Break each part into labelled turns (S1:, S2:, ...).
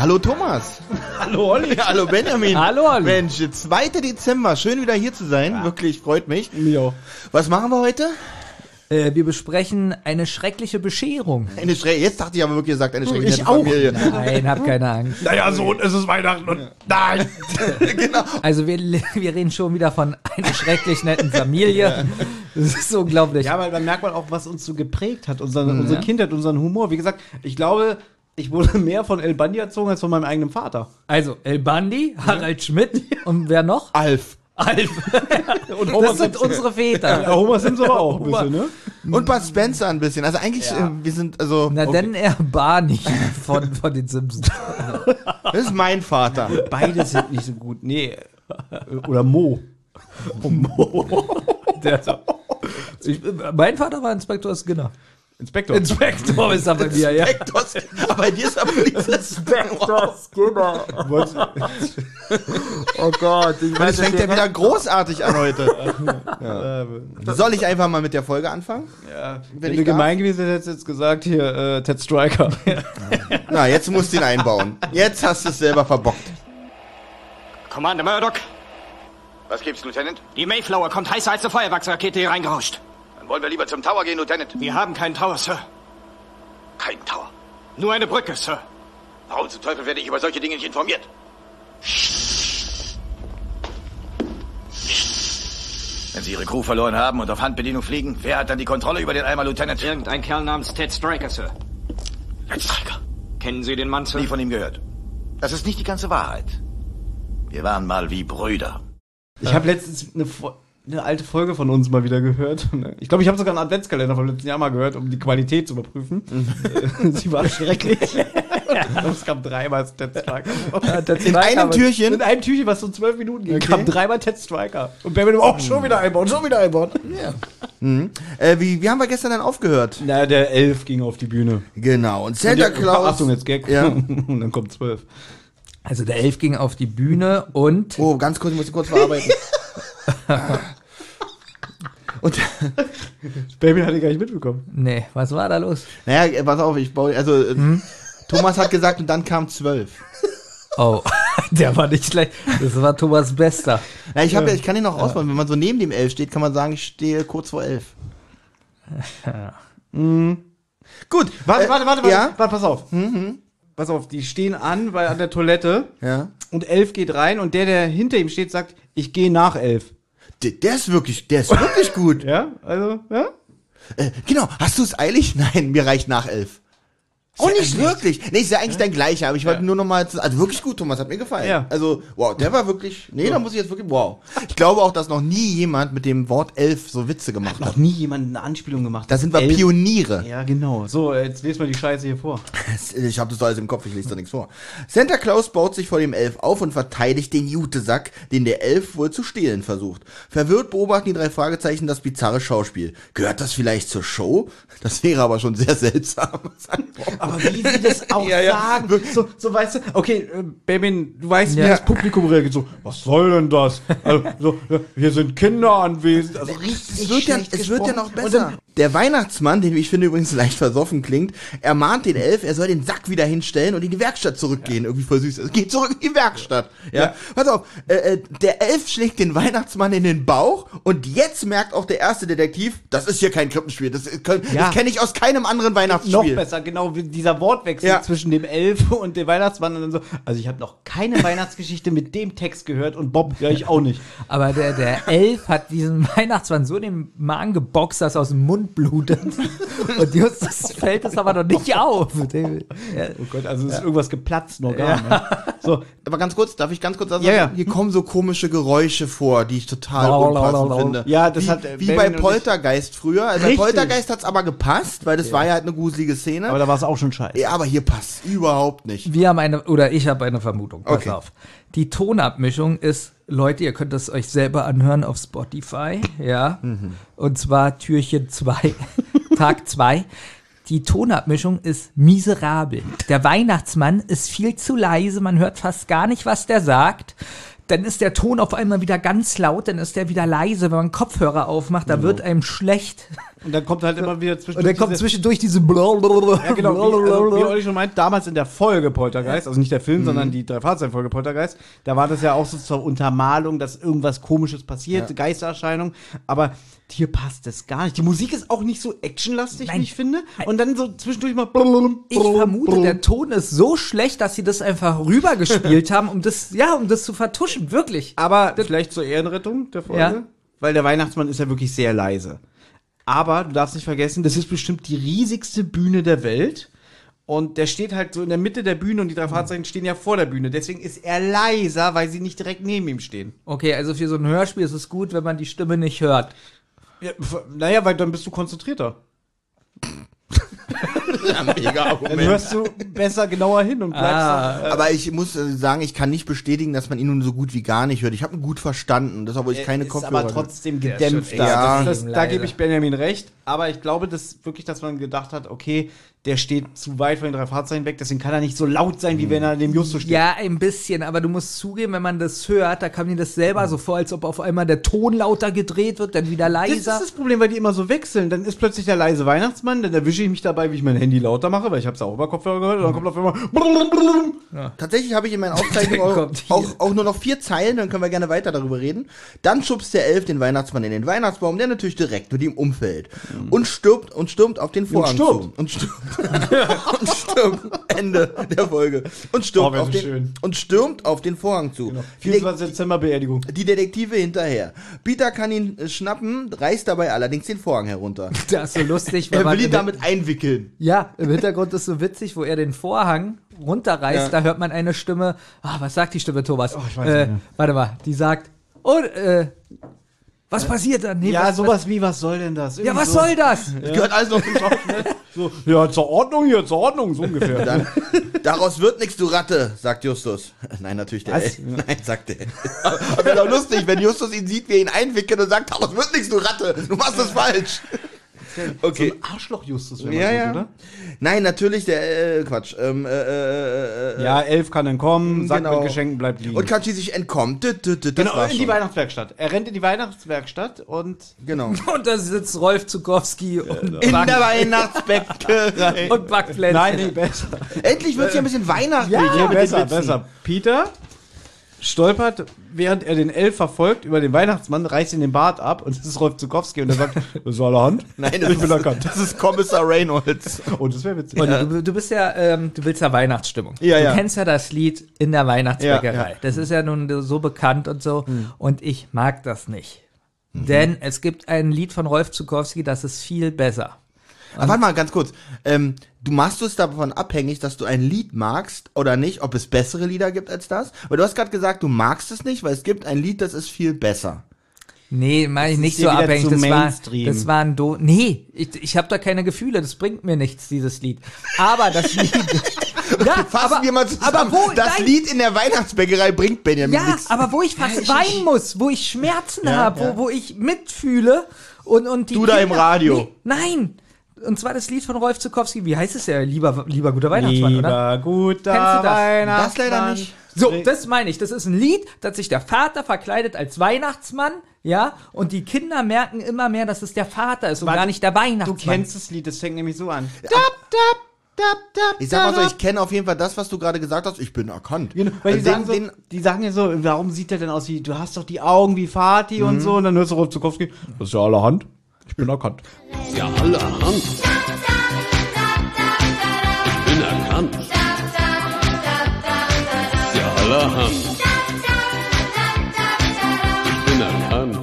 S1: Hallo Thomas.
S2: Hallo Olli.
S1: Hallo Benjamin.
S2: Hallo Olli.
S1: Mensch, 2. Dezember, schön wieder hier zu sein, wirklich, freut mich.
S2: Mir auch.
S1: Was machen wir heute?
S3: Wir besprechen eine schreckliche Bescherung.
S1: Jetzt dachte ich aber wirklich, gesagt, eine schreckliche
S2: Ich auch.
S1: Familie.
S3: Nein, hab keine Angst.
S2: Naja, Sohn, es ist Weihnachten und nein.
S1: Genau.
S3: Also wir reden schon wieder von einer schrecklich netten Familie. Das ist unglaublich.
S2: Ja, weil man merkt auch, was uns so geprägt hat, unsere Kindheit, unseren Humor. Wie gesagt, ich glaube, ich wurde mehr von El Bandi erzogen als von meinem eigenen Vater.
S3: Also El Bandi, Harald Schmidt und wer noch?
S1: Alf.
S3: Alf.
S2: Und
S3: Das sind unsere Väter.
S2: Ja, Homer Simpson aber auch ein bisschen, ne?
S1: Und Bud Spencer ein bisschen. Also eigentlich, wir sind, also...
S3: Na,
S1: okay.
S3: dann eher Barney von den Simpsons.
S1: Das ist mein Vater.
S2: Beide sind nicht so gut. Nee. Oder Mo.
S3: Mein Vater war Inspektor Skinner.
S2: Inspektor.
S3: Inspektor ist er bei mir, ja.
S1: Aber bei dir ist er Polizist.
S3: Skinner. Oh Gott.
S1: Das fängt ja wieder großartig an heute. Soll ich einfach mal mit der Folge anfangen?
S2: Ja.
S1: Wenn
S2: Wenn
S1: ich
S2: du
S1: darf?
S2: gemein gewesen hättest, jetzt gesagt, hier, Ted Striker.
S1: Na, jetzt musst du ihn einbauen. Jetzt hast du es selber verbockt.
S4: Commander Murdoch,
S5: Was gibt's, Lieutenant?
S4: die Mayflower kommt heißer als eine Feuerwerksrakete hier reingerauscht.
S5: Dann wollen wir lieber zum Tower gehen, Lieutenant.
S4: Wir haben keinen Tower, Sir.
S5: Kein Tower.
S4: Nur eine Brücke, Sir.
S5: Warum zum Teufel werde ich über solche Dinge nicht informiert? Wenn Sie Ihre Crew verloren haben und auf Handbedienung fliegen, wer hat dann die Kontrolle über den Eimer, Lieutenant?
S4: Irgendein Kerl namens Ted Striker, Sir.
S5: Ein Streiker.
S4: Kennen Sie den Mann, Sir?
S5: Nie von ihm gehört. Das ist nicht die ganze Wahrheit. Wir waren mal wie Brüder.
S2: Ich habe letztens eine alte Folge von uns mal wieder gehört. Ich glaube, ich habe sogar einen Adventskalender vom letzten Jahr mal gehört, um die Qualität zu überprüfen. Sie war schrecklich. Es kam dreimal Ted Striker.
S1: In einem Türchen.
S2: In einem Türchen, was so 12 Minuten ging,
S1: Okay.
S2: kam dreimal Ted Striker. Und Benjamin auch schon wieder einbauen, schon wieder einbauen.
S1: Wie haben wir gestern dann aufgehört?
S2: Na, der 11 ging auf die Bühne.
S1: Genau. Und Santa Claus...
S2: Achtung, jetzt Gag.
S1: Ja.
S2: Und dann kommt 12.
S3: Also der Elf ging auf die Bühne und...
S1: Oh, ganz kurz, ich muss kurz verarbeiten. Und,
S2: Baby hatte ich gar nicht mitbekommen.
S3: Nee, was war da los?
S1: naja, pass auf, Thomas hat gesagt, und dann kam 12.
S3: Oh, der war nicht schlecht. Das war Thomas Bester.
S1: Na, ich kann ihn noch ausbauen. Wenn man so neben dem 11 steht, kann man sagen, ich stehe kurz vor 11. Gut.
S2: Warte,
S1: Ja?
S2: pass auf. Pass auf, die stehen an an der Toilette
S1: Ja.
S2: und 11 geht rein und der hinter ihm steht, sagt, ich gehe nach 11.
S1: Der ist wirklich gut.
S2: Ja, also, ja?
S1: Genau. Hast du es eilig? Nein, mir reicht nach 11. Oh, nicht wirklich. Nee, ist ja eigentlich dein gleicher, aber ich wollte nur noch mal, also wirklich gut, Thomas, hat mir gefallen.
S2: Ja.
S1: Also, wow, der war wirklich, da muss ich jetzt wirklich, wow. Ich glaube auch, dass noch nie jemand mit dem Wort 11 so Witze gemacht hat.
S2: Noch nie jemand eine Anspielung gemacht.
S1: Da sind wir
S2: 11.
S1: Pioniere.
S2: Ja, genau. So, jetzt lest mal die Scheiße hier vor.
S1: Ich habe das doch alles im Kopf, ich lese da nichts vor. Santa Claus baut sich vor dem Elf auf und verteidigt den Jutesack, den der Elf wohl zu stehlen versucht. Verwirrt beobachten die 3 Fragezeichen das bizarre Schauspiel. Gehört das vielleicht zur Show? Das wäre aber schon sehr seltsam.
S2: Aber wie sie das auch
S1: Ja, ja.
S2: sagen. So, weißt du, okay, Baby, du weißt, wie
S3: Ja.
S2: das Publikum reagiert. So, was soll denn das? Also, so, hier sind Kinder anwesend. Also,
S1: Es wird ja noch besser. Der Weihnachtsmann, den ich finde übrigens leicht versoffen klingt, ermahnt den Elf, er soll den Sack wieder hinstellen und in die Werkstatt zurückgehen. Irgendwie voll süß. Geht zurück in die Werkstatt. Ja. Pass auf, der Elf schlägt den Weihnachtsmann in den Bauch und jetzt merkt auch der erste Detektiv, das ist hier kein Krippenspiel. Das kenne ich aus keinem anderen Weihnachtsspiel.
S2: noch besser, genau, wie dieser Wortwechsel zwischen dem Elf und dem Weihnachtsmann und dann so. Also ich habe noch keine Weihnachtsgeschichte mit dem Text gehört und Bob, ja, ich auch nicht.
S3: Aber der Elf hat diesen Weihnachtsmann so den Magen geboxt, dass aus dem Mund blutet. Und Justus fällt es aber noch nicht auf.
S2: Oh Gott, also ist irgendwas geplatzt, noch gar nicht. Ne? So,
S1: Aber ganz kurz, darf ich ganz kurz sagen?
S2: Ja.
S1: Hier kommen so komische Geräusche vor, die ich total unpassend finde.
S2: Ja, das hat
S1: wie
S2: Benjamin
S1: bei
S2: und ich-
S1: Poltergeist früher. Also bei
S2: Richtig.
S1: Poltergeist hat's aber gepasst, weil das war ja halt eine gruselige Szene.
S2: aber da war es auch schon scheiße.
S1: Ja, aber hier passt überhaupt nicht.
S3: Ich habe eine Vermutung. Pass
S1: Okay.
S3: auf. Die Tonabmischung ist, Leute, ihr könnt es euch selber anhören auf Spotify, ja. Und zwar Türchen 2, Tag 2. Die Tonabmischung ist miserabel. Der Weihnachtsmann ist viel zu leise, man hört fast gar nicht, was der sagt. Dann ist der Ton auf einmal wieder ganz laut, dann ist der wieder leise. Wenn man Kopfhörer aufmacht, da wird einem schlecht.
S2: Und dann kommt halt immer wieder
S3: Und dann kommt zwischendurch diese
S2: Ja, genau, wie Olli schon meint, damals in der Folge Poltergeist, also nicht der Film, sondern die 3-Fahrzeugen-Folge Poltergeist, da war das ja auch so zur Untermalung, dass irgendwas Komisches passiert, Geistererscheinung, aber hier passt es gar nicht. Die Musik ist auch nicht so actionlastig, wie ich finde, und dann so zwischendurch mal
S3: Ich vermute, der Ton ist so schlecht, dass sie das einfach rübergespielt haben, um das zu vertuschen, wirklich.
S2: Aber vielleicht zur Ehrenrettung der Folge, weil der Weihnachtsmann ist ja wirklich sehr leise. Aber du darfst nicht vergessen, das ist bestimmt die riesigste Bühne der Welt. Und der steht halt so in der Mitte der Bühne und die 3 Fahrzeuge stehen ja vor der Bühne. Deswegen ist er leiser, weil sie nicht direkt neben ihm stehen.
S3: Okay, also für so ein Hörspiel ist es gut, wenn man die Stimme nicht hört.
S2: Ja, naja, weil dann bist du konzentrierter.
S1: Ja, mega Argument.
S2: Dann hörst du besser genauer hin und bleibst da.
S1: Aber ich muss sagen, ich kann nicht bestätigen, dass man ihn nun so gut wie gar nicht hört. Ich habe ihn gut verstanden, das obwohl ich keine Kopfhörer
S2: aber trotzdem gedämpfter.
S1: Ja.
S2: Da gebe ich Benjamin recht. Aber ich glaube, dass man gedacht hat, okay, der steht zu weit von den 3 Fahrzeugen weg, deswegen kann er nicht so laut sein, wie wenn er neben Justus steht.
S3: Ja, ein bisschen, aber du musst zugeben, wenn man das hört, da kam mir das selber so vor, als ob auf einmal der Ton lauter gedreht wird, dann wieder leiser.
S2: Das ist das Problem, weil die immer so wechseln. Dann ist plötzlich der leise Weihnachtsmann, dann erwische ich mich dabei, wie ich mein Handy lauter mache, weil ich habe es auch über Kopfhörer gehört, und dann kommt auf einmal
S1: Tatsächlich habe ich in meinen Aufzeichnungen auch nur noch 4 Zeilen, dann können wir gerne weiter darüber reden. Dann schubst der Elf den Weihnachtsmann in den Weihnachtsbaum, der natürlich direkt mit ihm umfällt. Und stürmt auf den Vorhang zu. Und stürmt. Ende der Folge. Und stürmt auf den Vorhang zu.
S2: Genau. 24. Dezember Beerdigung.
S1: Die Detektive hinterher. Peter kann ihn schnappen, reißt dabei allerdings den Vorhang herunter.
S3: Das ist so lustig.
S1: Er will ihn damit einwickeln.
S3: Ja, im Hintergrund ist so witzig, wo er den Vorhang runterreißt, da hört man eine Stimme. Was sagt die Stimme, Thomas?
S2: Ich weiß nicht.
S3: Warte mal, die sagt, was passiert dann? Nee,
S2: was soll denn das?
S3: Ja, was soll das?
S1: Das gehört alles noch zum Schauspiel.
S2: So, ja, zur Ordnung, so ungefähr.
S1: Dann, daraus wird nichts, du Ratte, sagt Justus. Nein, natürlich der
S2: Was?
S1: Nein, sagt der. Aber wäre doch lustig, wenn Justus ihn sieht, wie er ihn einwickelt und sagt, daraus wird nichts, du Ratte, du machst das falsch. Okay.
S2: So ein Arschloch-Justus, wenn man
S1: Ja.
S2: oder?
S1: Nein, natürlich der, Quatsch.
S2: Ja, Elf kann dann kommen, sagt mit Geschenken, bleibt liegen.
S1: Und kann schließlich entkommen. Das
S2: Genau,
S1: war's
S2: in die
S1: schon.
S2: Weihnachtswerkstatt. Er rennt in die Weihnachtswerkstatt und
S1: Genau.
S3: Und da sitzt Rolf Zukowski und
S1: In der Weihnachtsbäckerei.
S3: und Backplätzchen.
S2: Nein, nee, besser.
S1: Endlich wird's ja ein bisschen weihnachtlich.
S2: Ja,
S1: mit den Witzen.
S2: besser. Peter stolpert, während er den Elf verfolgt, über den Weihnachtsmann, reißt ihn den Bart ab und das ist Rolf Zukowski und er sagt, das ist allerhand.
S1: Nein,
S2: ich bin erkannt.
S1: Das ist Kommissar Reynolds.
S2: Und das wäre witzig.
S3: Und du bist ja, du willst ja Weihnachtsstimmung.
S1: Ja,
S3: du
S1: ja.
S3: kennst ja das Lied in der Weihnachtsbäckerei.
S1: Ja, ja.
S3: Das ist ja nun so bekannt und so. Und ich mag das nicht. Denn es gibt ein Lied von Rolf Zukowski, das ist viel besser.
S1: Aber warte mal, ganz kurz. Du machst es davon abhängig, dass du ein Lied magst oder nicht, ob es bessere Lieder gibt als das? Weil du hast gerade gesagt, du magst es nicht, weil es gibt ein Lied, das ist viel besser.
S3: Nee, meine ich nicht
S2: ist
S3: so
S2: dir wieder
S3: abhängig.
S2: zu
S3: Das
S2: Mainstream.
S3: war ein Nee, ich habe da keine Gefühle. Das bringt mir nichts, dieses Lied. Aber das Lied. Ja,
S1: Fassen wir mal zusammen.
S3: aber wo,
S1: das
S3: nein.
S1: Lied in der Weihnachtsbäckerei bringt Benjamin
S3: Ja,
S1: nichts.
S3: aber wo ich fast weinen muss, wo ich Schmerzen habe, wo ich mitfühle und die
S1: Du da im Radio.
S3: Nee, nein. Und zwar das Lied von Rolf Zukowski. Wie heißt es ja? Lieber guter Weihnachtsmann, oder?
S2: guter
S3: Kennst du das?
S2: Weihnachtsmann.
S1: Das leider nicht.
S3: So, das meine ich. Das ist ein Lied, dass sich der Vater verkleidet als Weihnachtsmann, ja, und die Kinder merken immer mehr, dass es der Vater ist und gar nicht der
S2: Du
S3: Weihnachtsmann.
S2: kennst das Lied, das fängt nämlich so an.
S1: Ich sag mal so, ich kenne auf jeden Fall das, was du gerade gesagt hast. Ich bin erkannt.
S2: Genau, weil
S1: Also
S2: die sagen ja so, warum sieht der denn aus wie, du hast doch die Augen wie Vati und so, und dann hörst du Rolf Zukowski, das ist ja allerhand, ich bin erkannt.
S6: Ja, allerhand. Ich bin erkannt. Ja, allerhand. Ich bin erkannt.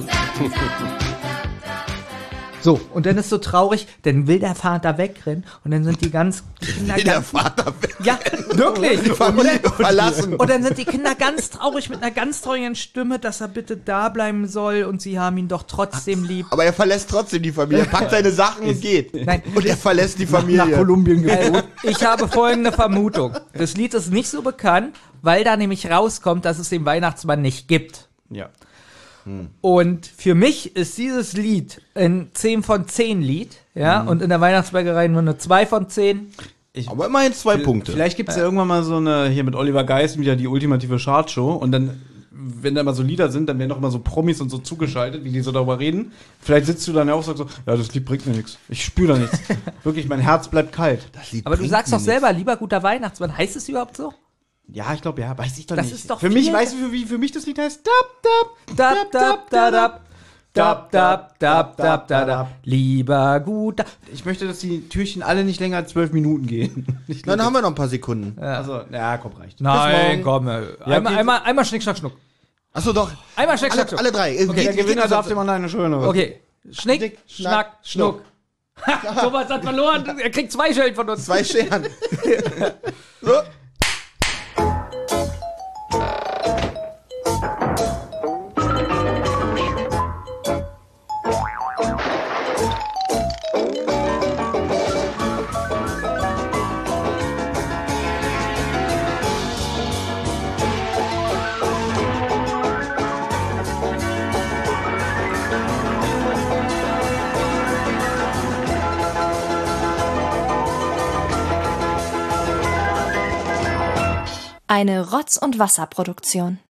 S3: So, und dann ist so traurig, dann will der Vater wegrennen und dann sind die Kinder
S1: will der
S3: ganz,
S1: Vater weg.
S3: ja, wirklich.
S1: Die Familie verlassen.
S3: Und dann sind die Kinder ganz traurig mit einer ganz traurigen Stimme, dass er bitte da bleiben soll und sie haben ihn doch trotzdem lieb.
S1: Aber er verlässt trotzdem die Familie. Er packt seine Sachen und geht.
S3: Nein.
S1: Und er verlässt die Familie.
S2: Nach Kolumbien geflogen.
S3: Ich habe folgende Vermutung. Das Lied ist nicht so bekannt, weil da nämlich rauskommt, dass es den Weihnachtsmann nicht gibt.
S2: Ja.
S3: Und für mich ist dieses Lied ein 10 von 10 Lied, ja, und in der Weihnachtsbäckerei nur eine 2 von 10.
S1: Aber immerhin 2 Punkte.
S2: Vielleicht gibt es ja irgendwann mal so eine, hier mit Oliver Geist, wieder die ultimative Chartshow, und dann wenn da mal so Lieder sind, dann werden doch immer so Promis und so zugeschaltet, wie die so darüber reden. Vielleicht sitzt du dann ja auch und sagst so, ja, das Lied bringt mir nichts. Ich spüre da nichts. Wirklich, mein Herz bleibt kalt.
S1: Das Lied
S3: Aber du
S1: bringt
S3: sagst
S1: mir
S3: doch selber, lieber guter Weihnachtsmann. Heißt es überhaupt so?
S2: Ja, ich glaube, ja, weiß ich doch
S3: Das
S2: nicht.
S3: ist doch
S2: für mich,
S3: viel-
S2: weißt du, wie für mich das Lied heißt?
S3: Dab, dab, da, dab. Dab, dab, dab, dab, da, dab. Lieber guter.
S2: Ich möchte, dass die Türchen alle nicht länger als 12 Minuten gehen.
S1: nichts. Dann haben wir noch ein paar Sekunden.
S2: Also, ja, komm, reicht.
S3: Nein, komm.
S2: okay.
S3: Einmal Schnick, Schnack, Schnuck.
S1: Achso, doch.
S3: Einmal Schnick, Schnack, Schnuck.
S1: Alle drei.
S2: Okay, der Gewinner darf dir mal eine schöne.
S3: Okay. Schnick,
S1: Schnick,
S3: Schnack,
S1: Schnack,
S3: Schnuck. Thomas hat verloren. Er kriegt 2 Schellen von uns.
S1: 2 Scheren. So.
S7: Eine Rotz- und Wasserproduktion.